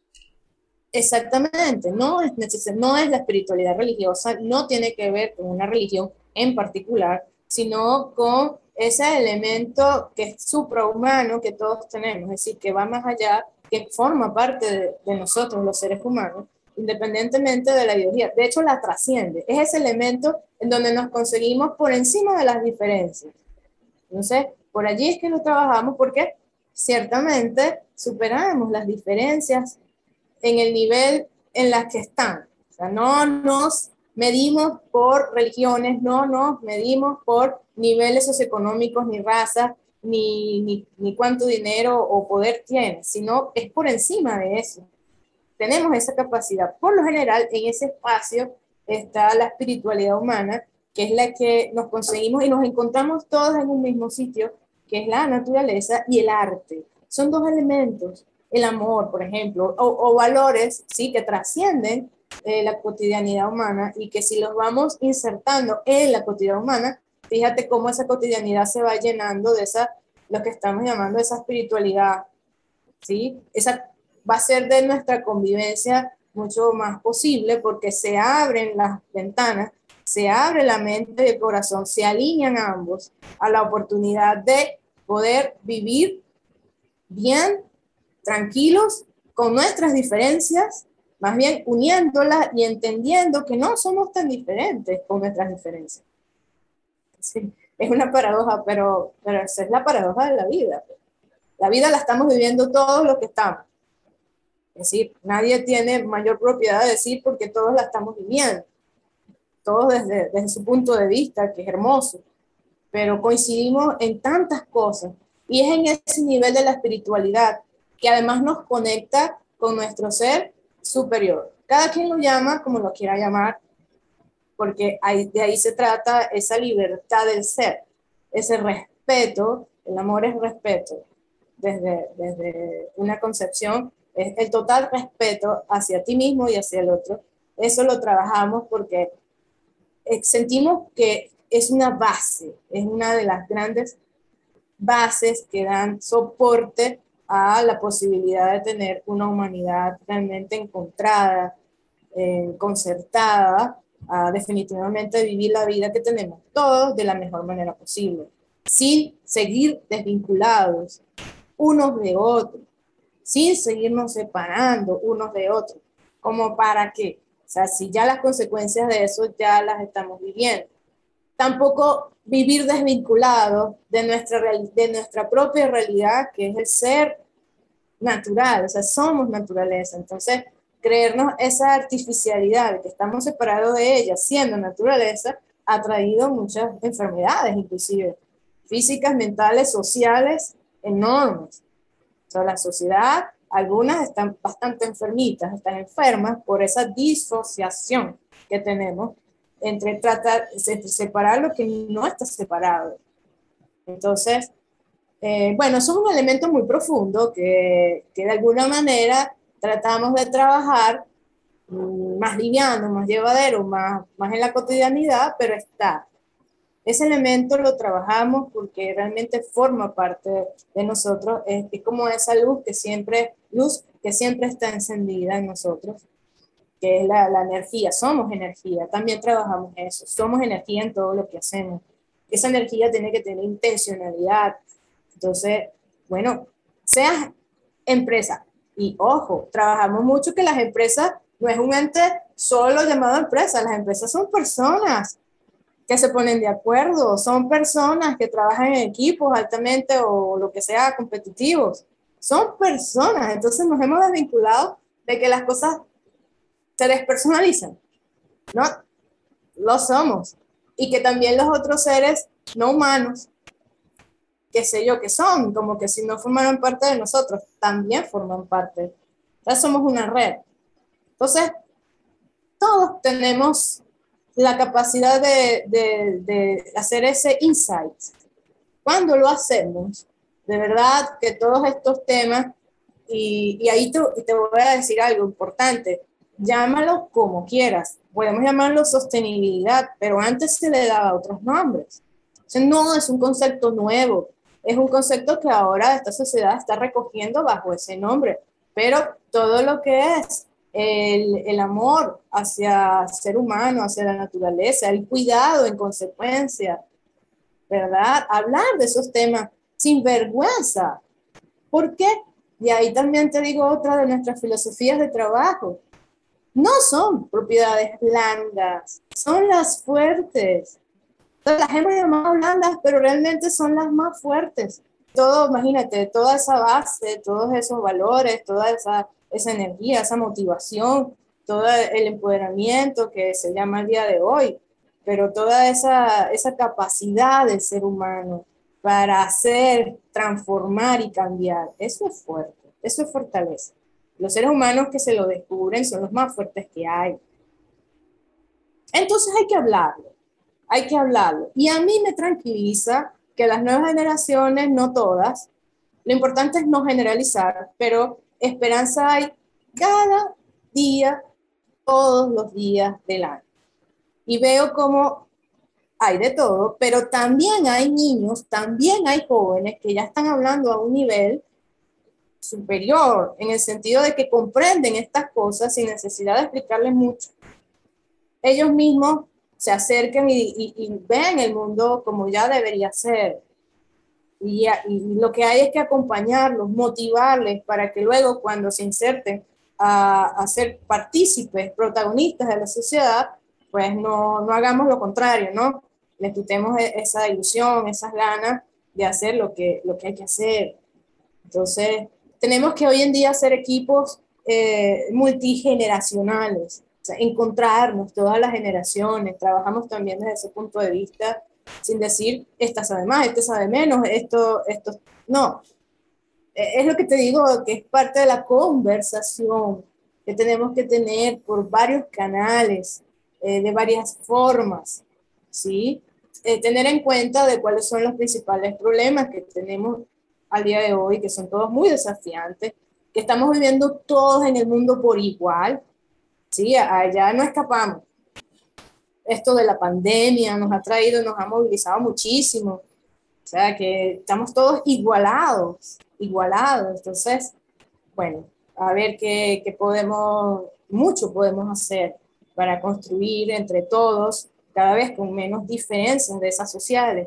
Exactamente, no es, neces- no es la espiritualidad religiosa, no tiene que ver con una religión en particular, sino con ese elemento que es suprahumano que todos tenemos, es decir, que va más allá, que forma parte de, de nosotros, los seres humanos, independientemente de la ideología. De hecho, la trasciende. Es ese elemento en donde nos conseguimos por encima de las diferencias. Entonces, por allí es que lo trabajamos porque ciertamente superamos las diferencias en el nivel en las que están. O sea, no nos medimos por religiones, no nos medimos por niveles socioeconómicos, ni razas, ni, ni, ni cuánto dinero o poder tienes, sino es por encima de eso. Tenemos esa capacidad. Por lo general, en ese espacio está la espiritualidad humana, que es la que nos conseguimos y nos encontramos todos en un mismo sitio, que es la naturaleza y el arte. Son dos elementos, el amor, por ejemplo, o, o valores, ¿sí? Que trascienden eh, la cotidianidad humana y que si los vamos insertando en la cotidianidad humana, fíjate cómo esa cotidianidad se va llenando de esa, lo que estamos llamando esa espiritualidad, ¿sí? Esa va a ser de nuestra convivencia mucho más posible porque se abren las ventanas, se abre la mente y el corazón, se alinean ambos a la oportunidad de poder vivir bien, tranquilos, con nuestras diferencias, más bien uniéndolas y entendiendo que no somos tan diferentes con nuestras diferencias. Sí, es una paradoja, pero, pero esa es la paradoja de la vida. La vida la estamos viviendo todos los que estamos. Es decir, nadie tiene mayor propiedad de decir porque todos la estamos viviendo, todos desde, desde su punto de vista, que es hermoso, pero coincidimos en tantas cosas y es en ese nivel de la espiritualidad que además nos conecta con nuestro ser superior. Cada quien lo llama como lo quiera llamar, porque ahí, de ahí se trata esa libertad del ser, ese respeto, el amor es respeto, desde, desde una concepción, es el total respeto hacia ti mismo y hacia el otro. Eso lo trabajamos porque sentimos que es una base, es una de las grandes bases que dan soporte a la posibilidad de tener una humanidad realmente encontrada, eh, concertada, a definitivamente vivir la vida que tenemos todos de la mejor manera posible, sin seguir desvinculados unos de otros, sin seguirnos separando unos de otros, como para qué, o sea, si ya las consecuencias de eso ya las estamos viviendo. Tampoco vivir desvinculados de nuestra, de nuestra propia realidad, que es el ser natural, o sea, somos naturaleza. Entonces, creernos esa artificialidad de que estamos separados de ella, siendo naturaleza, ha traído muchas enfermedades, inclusive físicas, mentales, sociales, enormes. O sea, la sociedad, algunas están bastante enfermitas, están enfermas por esa disociación que tenemos entre tratar, entre separar lo que no está separado. Entonces, eh, bueno, eso es un elemento muy profundo que, que de alguna manera tratamos de trabajar mmm, más liviano, más llevadero, más, más en la cotidianidad, pero está. Ese elemento lo trabajamos porque realmente forma parte de nosotros, es, es como esa luz que siempre, luz que siempre está encendida en nosotros, que es la, la energía, somos energía, también trabajamos eso, somos energía en todo lo que hacemos. Esa energía tiene que tener intencionalidad. Entonces, bueno, seas empresa, y ojo, trabajamos mucho que las empresas no es un ente solo llamado empresa, las empresas son personas que se ponen de acuerdo, son personas que trabajan en equipos altamente o lo que sea competitivos, son personas, entonces nos hemos desvinculado de que las cosas se despersonalizan, no, lo somos, y que también los otros seres no humanos, qué sé yo, que son, como que si no formaran parte de nosotros, también forman parte, ya somos una red, entonces todos tenemos la capacidad de, de, de hacer ese insight. Cuando lo hacemos, de verdad que todos estos temas, y, y ahí te, te voy a decir algo importante, llámalo como quieras, podemos llamarlo sostenibilidad, pero antes se le daba otros nombres. O sea, no es un concepto nuevo, es un concepto que ahora esta sociedad está recogiendo bajo ese nombre, pero todo lo que es el, el amor hacia el ser humano, hacia la naturaleza, el cuidado en consecuencia, ¿verdad? Hablar de esos temas sin vergüenza. ¿Por qué? Y ahí también te digo otra de nuestras filosofías de trabajo. No son propiedades blandas, son las fuertes. Entonces, las hemos llamado blandas, pero realmente son las más fuertes. Todo, imagínate, toda esa base, todos esos valores, toda esa, esa energía, esa motivación, todo el empoderamiento que se llama el día de hoy, pero toda esa, esa capacidad del ser humano para hacer, transformar y cambiar, eso es fuerte, eso es fortaleza. Los seres humanos que se lo descubren son los más fuertes que hay. Entonces hay que hablarlo, hay que hablarlo. Y a mí me tranquiliza que las nuevas generaciones, no todas, lo importante es no generalizar, pero esperanza hay cada día, todos los días del año. Y veo como hay de todo, pero también hay niños, también hay jóvenes que ya están hablando a un nivel superior, en el sentido de que comprenden estas cosas sin necesidad de explicarles mucho. Ellos mismos se acercan y, y, y ven el mundo como ya debería ser. Y, y lo que hay es que acompañarlos, motivarles para que luego cuando se inserten a, a ser partícipes, protagonistas de la sociedad, pues no, no hagamos lo contrario, ¿no? Les quitemos esa ilusión, esas ganas de hacer lo que, lo que hay que hacer. Entonces, tenemos que hoy en día hacer equipos eh, multigeneracionales, o sea, encontrarnos todas las generaciones, trabajamos también desde ese punto de vista, sin decir, esta sabe más, este sabe menos, esto, esto, no. Es lo que te digo, que es parte de la conversación que tenemos que tener por varios canales, eh, de varias formas, ¿sí? Eh, tener en cuenta de cuáles son los principales problemas que tenemos al día de hoy, que son todos muy desafiantes, que estamos viviendo todos en el mundo por igual, ¿sí? Allá no escapamos. Esto de la pandemia nos ha traído, nos ha movilizado muchísimo, o sea que estamos todos igualados, igualados, entonces, bueno, a ver qué, qué podemos, mucho podemos hacer para construir entre todos, cada vez con menos diferencias de esas sociales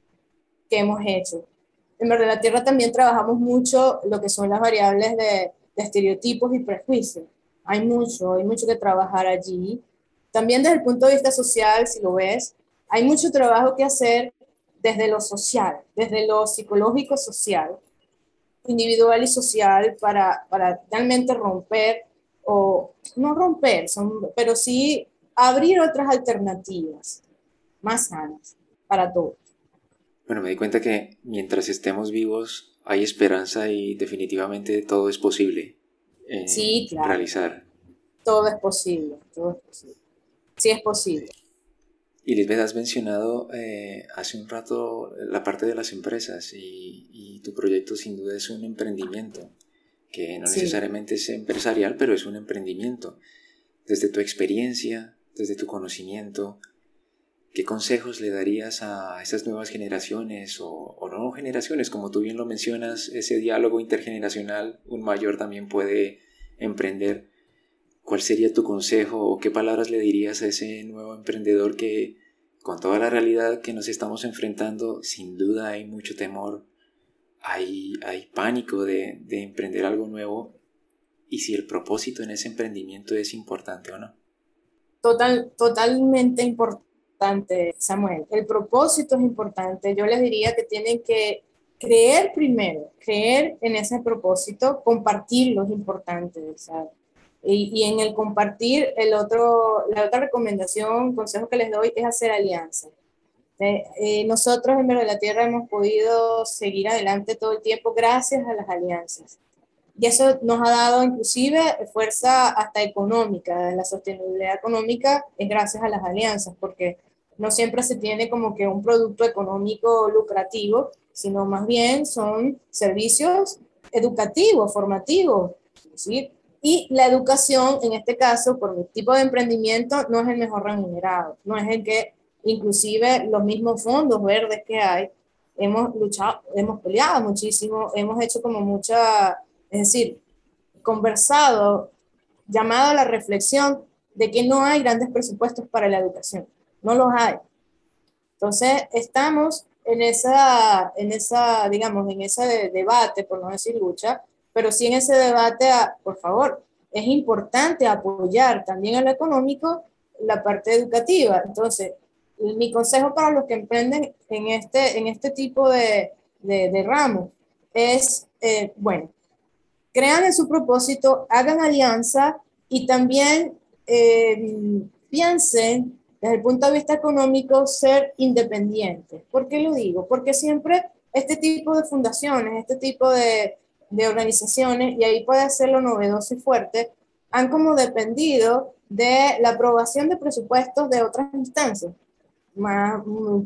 que hemos hecho. En Verde la Tierra también trabajamos mucho lo que son las variables de, de estereotipos y prejuicios. Hay mucho, hay mucho que trabajar allí. También desde el punto de vista social, si lo ves, hay mucho trabajo que hacer desde lo social, desde lo psicológico social, individual y social, para, para realmente romper, o no romper, son, pero sí abrir otras alternativas más sanas para todos. Bueno, me di cuenta que mientras estemos vivos hay esperanza y definitivamente todo es posible eh, Sí, claro, realizar. todo es posible, todo es posible. Sí es posible. Y Lisbeth, has mencionado eh, hace un rato la parte de las empresas y, y tu proyecto sin duda es un emprendimiento, que no Sí. necesariamente es empresarial, pero es un emprendimiento. Desde tu experiencia, desde tu conocimiento, ¿qué consejos le darías a esas nuevas generaciones o, o no generaciones? Como tú bien lo mencionas, ese diálogo intergeneracional, un mayor también puede emprender. ¿Cuál sería tu consejo o qué palabras le dirías a ese nuevo emprendedor que, con toda la realidad que nos estamos enfrentando, sin duda hay mucho temor, hay, hay pánico de, de emprender algo nuevo, y si el propósito en ese emprendimiento es importante o no? Total, totalmente importante, Samuel. El propósito es importante. Yo les diría que tienen que creer primero, creer en ese propósito, compartirlo es importante, ¿sabes? Y, y en el compartir, el otro, la otra recomendación, consejo que les doy es hacer alianzas. Eh, eh, nosotros en Vero de la Tierra hemos podido seguir adelante todo el tiempo gracias a las alianzas. Y eso nos ha dado inclusive fuerza hasta económica. La sostenibilidad económica es gracias a las alianzas, porque no siempre se tiene como que un producto económico lucrativo, sino más bien son servicios educativos, formativos, ¿sí? Y la educación, en este caso, por mi tipo de emprendimiento, no es el mejor remunerado, no es el que inclusive los mismos fondos verdes que hay, hemos luchado, hemos peleado muchísimo, hemos hecho como mucha, es decir, conversado, llamado a la reflexión de que no hay grandes presupuestos para la educación, no los hay. Entonces, estamos en esa, en esa digamos, en ese de debate, por no decir lucha, pero sí en ese debate, a, por favor, es importante apoyar también en lo económico la parte educativa. Entonces, mi consejo para los que emprenden en este, en este tipo de, de, de ramos es, eh, bueno, crean en su propósito, hagan alianza y también eh, piensen desde el punto de vista económico ser independientes. ¿Por qué lo digo? Porque siempre este tipo de fundaciones, este tipo de, de organizaciones, y ahí puede ser lo novedoso y fuerte, han como dependido de la aprobación de presupuestos de otras instancias, más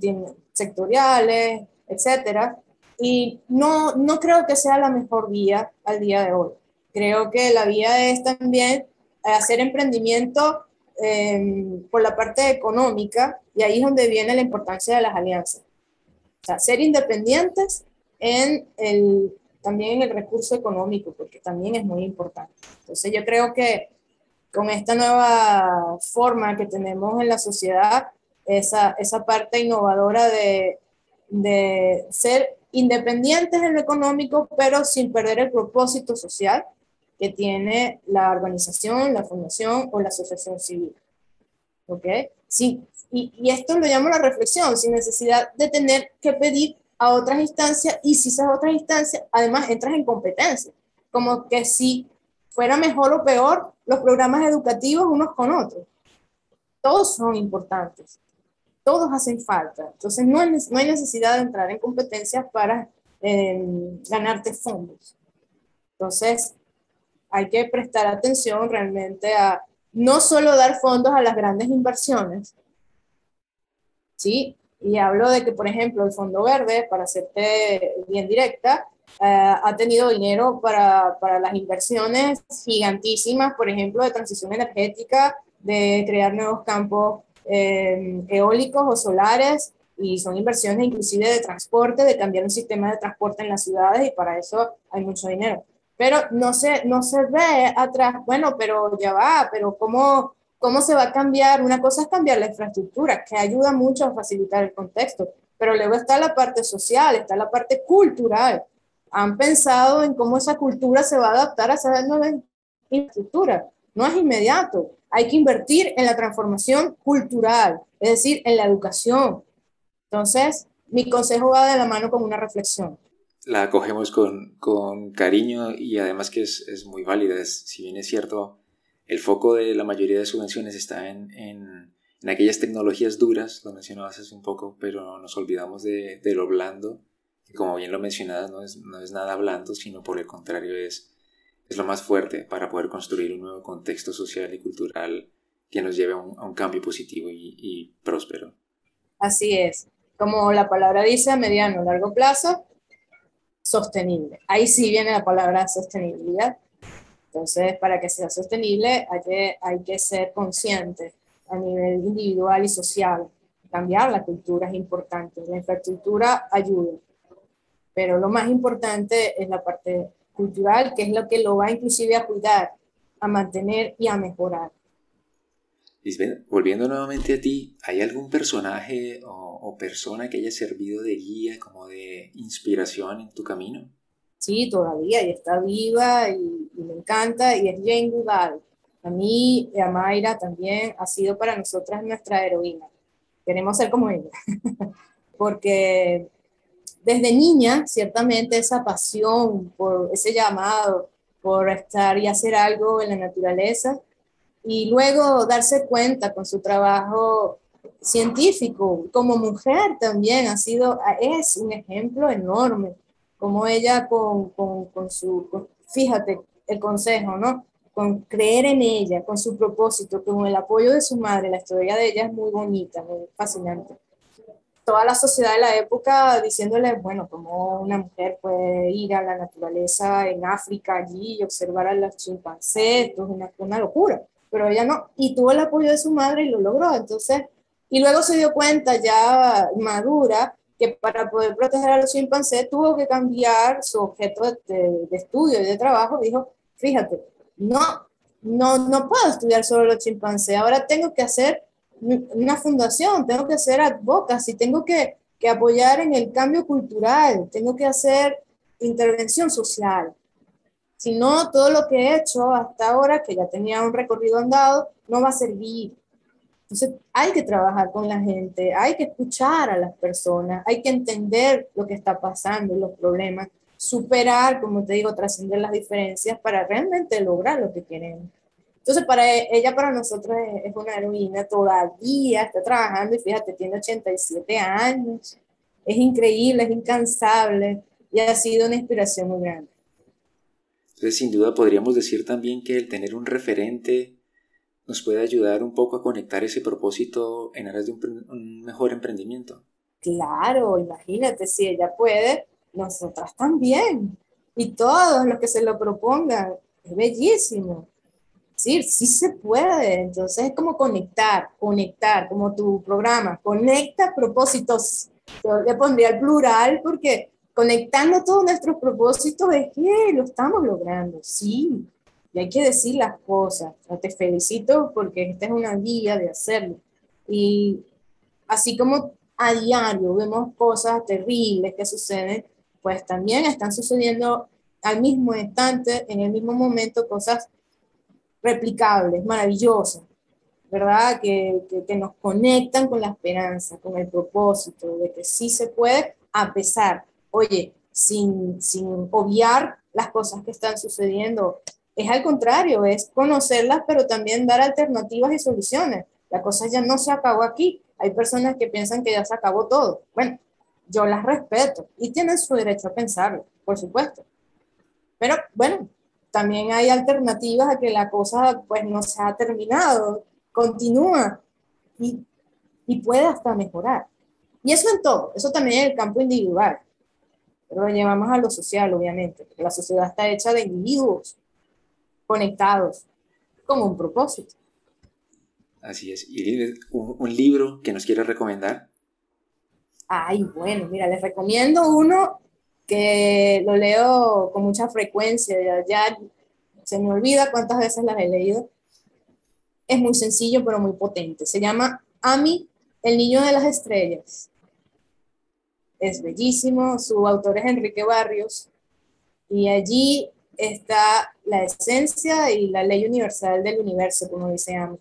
sectoriales, etcétera, y no, no creo que sea la mejor vía al día de hoy. Creo que la vía es también hacer emprendimiento eh, por la parte económica, y ahí es donde viene la importancia de las alianzas. O sea, ser independientes en el, también en el recurso económico, porque también es muy importante. Entonces yo creo que con esta nueva forma que tenemos en la sociedad, esa, esa parte innovadora de, de ser independientes en lo económico, pero sin perder el propósito social que tiene la organización, la fundación o la asociación civil. ¿Ok? Sí, y, y esto lo llamo la reflexión, sin necesidad de tener que pedir a otras instancias, y si esas otras instancias, además entras en competencia, como que si fuera mejor o peor los programas educativos unos con otros. Todos son importantes, todos hacen falta. Entonces no hay, no hay necesidad de entrar en competencias para eh, ganarte fondos. Entonces hay que prestar atención realmente a no solo dar fondos a las grandes inversiones, ¿sí? Y hablo de que, por ejemplo, el Fondo Verde, para hacerte bien directa, eh, ha tenido dinero para, para las inversiones gigantísimas, por ejemplo, de transición energética, de crear nuevos campos eh, eólicos o solares, y son inversiones inclusive de transporte, de cambiar un sistema de transporte en las ciudades, y para eso hay mucho dinero. Pero no se, no se ve atrás, bueno, pero ya va, pero ¿cómo, cómo se va a cambiar? Una cosa es cambiar la infraestructura, que ayuda mucho a facilitar el contexto, pero luego está la parte social, está la parte cultural. ¿Han pensado en cómo esa cultura se va a adaptar a esa nueva infraestructura? No es inmediato. Hay que invertir en la transformación cultural, es decir, en la educación. Entonces, mi consejo va de la mano con una reflexión. La acogemos con, con cariño, y además que es, es muy válida. Es, si bien es cierto, el foco de la mayoría de subvenciones está en, en, en aquellas tecnologías duras, lo mencionabas hace un poco, pero nos olvidamos de, de lo blando, que como bien lo mencionabas, no es, no es nada blando, sino por el contrario es, es lo más fuerte para poder construir un nuevo contexto social y cultural que nos lleve a un, a un cambio positivo y, y próspero. Así es. Como la palabra dice, a mediano o largo plazo, sostenible. Ahí sí viene la palabra sostenibilidad. Entonces, para que sea sostenible, hay que, hay que ser consciente a nivel individual y social cambiar la cultura es importante, la infraestructura ayuda, pero lo más importante es la parte cultural, que es lo que lo va inclusive a cuidar, a mantener y a mejorar. Lisbeth, volviendo nuevamente a ti, ¿hay algún personaje o, o persona que haya servido de guía, como de inspiración en tu camino? Sí, todavía, y está viva y, y me encanta, y es Jane Goodall. A mí y a Mayra también ha sido para nosotras nuestra heroína. Queremos ser como ella, porque desde niña, ciertamente esa pasión por ese llamado, por estar y hacer algo en la naturaleza, y luego darse cuenta con su trabajo científico, como mujer también ha sido, es un ejemplo enorme, como ella con, con, con su, con, fíjate el consejo, ¿no? Con creer en ella, con su propósito, con el apoyo de su madre, la historia de ella es muy bonita, muy fascinante. Toda la sociedad de la época diciéndole, bueno, como una mujer puede ir a la naturaleza en África allí y observar a los chimpancés, esto es una, una locura, pero ella no, y tuvo el apoyo de su madre y lo logró, entonces, y luego se dio cuenta ya madura que para poder proteger a los chimpancés tuvo que cambiar su objeto de, de estudio y de trabajo, dijo, fíjate, no, no, no puedo estudiar solo los chimpancés, ahora tengo que hacer una fundación, tengo que hacer advocacy, tengo que, que apoyar en el cambio cultural, tengo que hacer intervención social. Si no, todo lo que he hecho hasta ahora, que ya tenía un recorrido andado, no va a servir. Entonces hay que trabajar con la gente, hay que escuchar a las personas, hay que entender lo que está pasando, los problemas, superar, como te digo, trascender las diferencias para realmente lograr lo que queremos. Entonces, para ella, para nosotros es una heroína, todavía está trabajando y fíjate, tiene ochenta y siete años, es increíble, es incansable y ha sido una inspiración muy grande. Entonces, sin duda podríamos decir también que el tener un referente nos puede ayudar un poco a conectar ese propósito en aras de un, un mejor emprendimiento. Claro, imagínate, si ella puede, nosotras también. Y todos los que se lo propongan, es bellísimo. Sí, sí se puede. Entonces es como conectar, conectar, como tu programa, conecta propósitos. Yo le pondría el plural porque conectando todos nuestros propósitos es que lo estamos logrando, sí. Y hay que decir las cosas. O sea, te felicito porque esta es una guía de hacerlo. Y así como a diario vemos cosas terribles que suceden, pues también están sucediendo al mismo instante, en el mismo momento, cosas replicables, maravillosas, ¿verdad? Que, que, que nos conectan con la esperanza, con el propósito de que sí se puede, a pesar, oye, sin, sin obviar las cosas que están sucediendo. Es al contrario, es conocerlas, pero también dar alternativas y soluciones. La cosa ya no se acabó aquí. Hay personas que piensan que ya se acabó todo. Bueno, yo las respeto y tienen su derecho a pensarlo, por supuesto. Pero bueno, también hay alternativas a que la cosa pues no se ha terminado, continúa y, y puede hasta mejorar. Y eso en todo, eso también en el campo individual, pero lo llevamos a lo social, obviamente, porque la sociedad está hecha de individuos conectados con un propósito. Así es. ¿Y un, un libro que nos quieras recomendar? Ay, bueno, mira, les recomiendo uno que lo leo con mucha frecuencia, ya, ya se me olvida cuántas veces las he leído. Es muy sencillo, pero muy potente. Se llama Amy, el niño de las estrellas. Es bellísimo, su autor es Enrique Barrios, y allí está la esencia y la ley universal del universo, como dice Amy.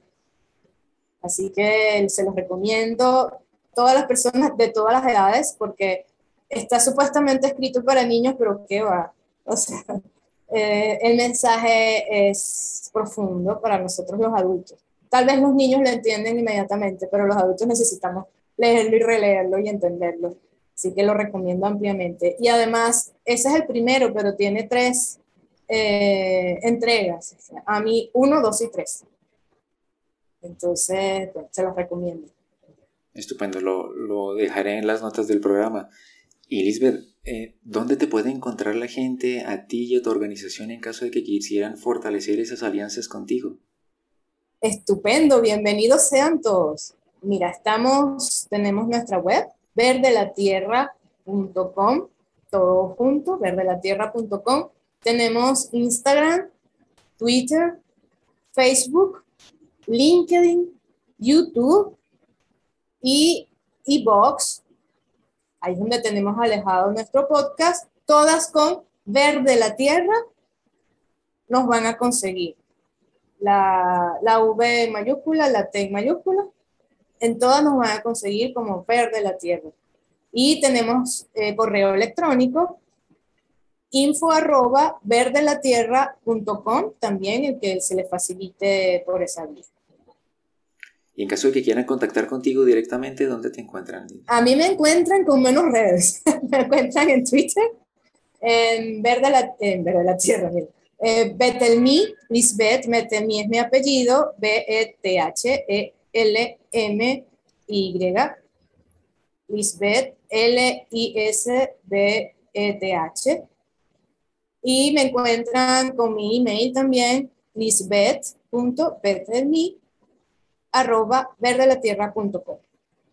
Así que se los recomiendo a todas las personas de todas las edades, porque está supuestamente escrito para niños, pero ¿qué va? O sea, eh, el mensaje es profundo para nosotros los adultos. Tal vez los niños lo entienden inmediatamente, pero los adultos necesitamos leerlo y releerlo y entenderlo. Así que lo recomiendo ampliamente. Y además, ese es el primero, pero tiene tres eh, entregas. A mí, uno, dos y tres. Entonces, pues, se los recomiendo. Estupendo, lo, lo dejaré en las notas del programa. Y Lisbeth, eh, ¿dónde te puede encontrar la gente, a ti y a tu organización, en caso de que quisieran fortalecer esas alianzas contigo? Estupendo, bienvenidos sean todos. Mira, estamos, tenemos nuestra web, verdelatierra punto com, todo junto, verdelatierra punto com. Tenemos Instagram, Twitter, Facebook, LinkedIn, YouTube y iVoox. Ahí es donde tenemos alejado nuestro podcast. Todas con Verde la Tierra nos van a conseguir. La, la V en mayúscula, la T en mayúscula. En todas nos van a conseguir como Verde la Tierra. Y tenemos eh, correo electrónico info arroba verdelatierra punto com, también el que se les facilite por esa vía. Y en caso de que quieran contactar contigo directamente, ¿dónde te encuentran? A mí me encuentran con menos redes. Me encuentran en Twitter, en Verde la, en Verde la Tierra, mira. Eh, Betelmi, Lisbeth, Betelmi es mi apellido, B E T H E L M Y, Lisbeth, L I S B E T H. Y me encuentran con mi email también, lisbeth punto betelmi arroba verdelatierra punto com.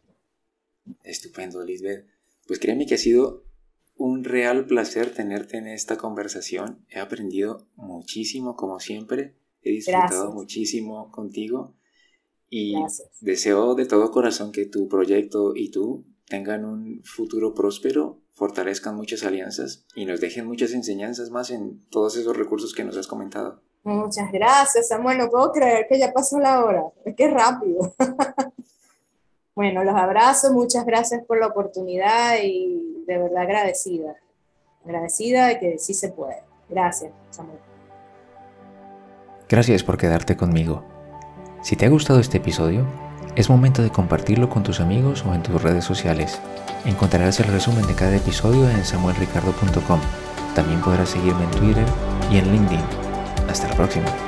Estupendo, Lisbeth. Pues créeme que ha sido un real placer tenerte en esta conversación. He aprendido muchísimo, como siempre. He disfrutado Gracias. muchísimo contigo. Y Gracias. deseo de todo corazón que tu proyecto y tú tengan un futuro próspero, fortalezcan muchas alianzas y nos dejen muchas enseñanzas más en todos esos recursos que nos has comentado. Muchas gracias, Samuel. No puedo creer que ya pasó la hora. Es que es rápido. Bueno, los abrazo. Muchas gracias por la oportunidad y de verdad agradecida. Agradecida de que sí se puede. Gracias, Samuel. Gracias por quedarte conmigo. Si te ha gustado este episodio, es momento de compartirlo con tus amigos o en tus redes sociales. Encontrarás el resumen de cada episodio en samuel ricardo punto com. También podrás seguirme en Twitter y en LinkedIn. Hasta la próxima.